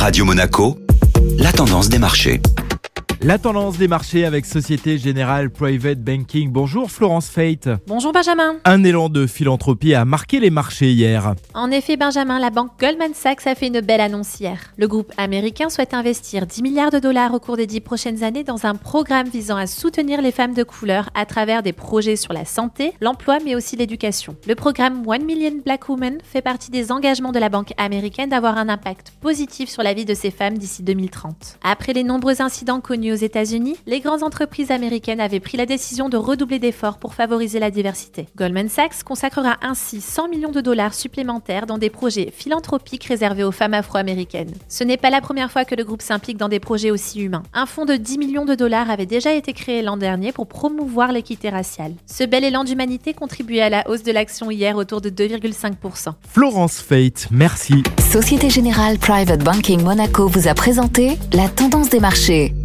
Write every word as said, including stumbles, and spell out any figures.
Radio Monaco, la tendance des marchés. La tendance des marchés avec Société Générale Private Banking. Bonjour Florence Fate. Bonjour Benjamin. Un élan de philanthropie a marqué les marchés hier. En effet Benjamin, la banque Goldman Sachs a fait une belle annonce hier. Le groupe américain souhaite investir dix milliards de dollars au cours des dix prochaines années dans un programme visant à soutenir les femmes de couleur à travers des projets sur la santé, l'emploi mais aussi l'éducation. Le programme One Million Black Women fait partie des engagements de la banque américaine d'avoir un impact positif sur la vie de ces femmes d'ici deux mille trente. Après les nombreux incidents connus aux États-Unis, les grandes entreprises américaines avaient pris la décision de redoubler d'efforts pour favoriser la diversité. Goldman Sachs consacrera ainsi cent millions de dollars supplémentaires dans des projets philanthropiques réservés aux femmes afro-américaines. Ce n'est pas la première fois que le groupe s'implique dans des projets aussi humains. Un fonds de dix millions de dollars avait déjà été créé l'an dernier pour promouvoir l'équité raciale. Ce bel élan d'humanité contribuait à la hausse de l'action hier autour de deux virgule cinq pour cent. Florence Fate, merci. Société Générale Private Banking Monaco vous a présenté la tendance des marchés.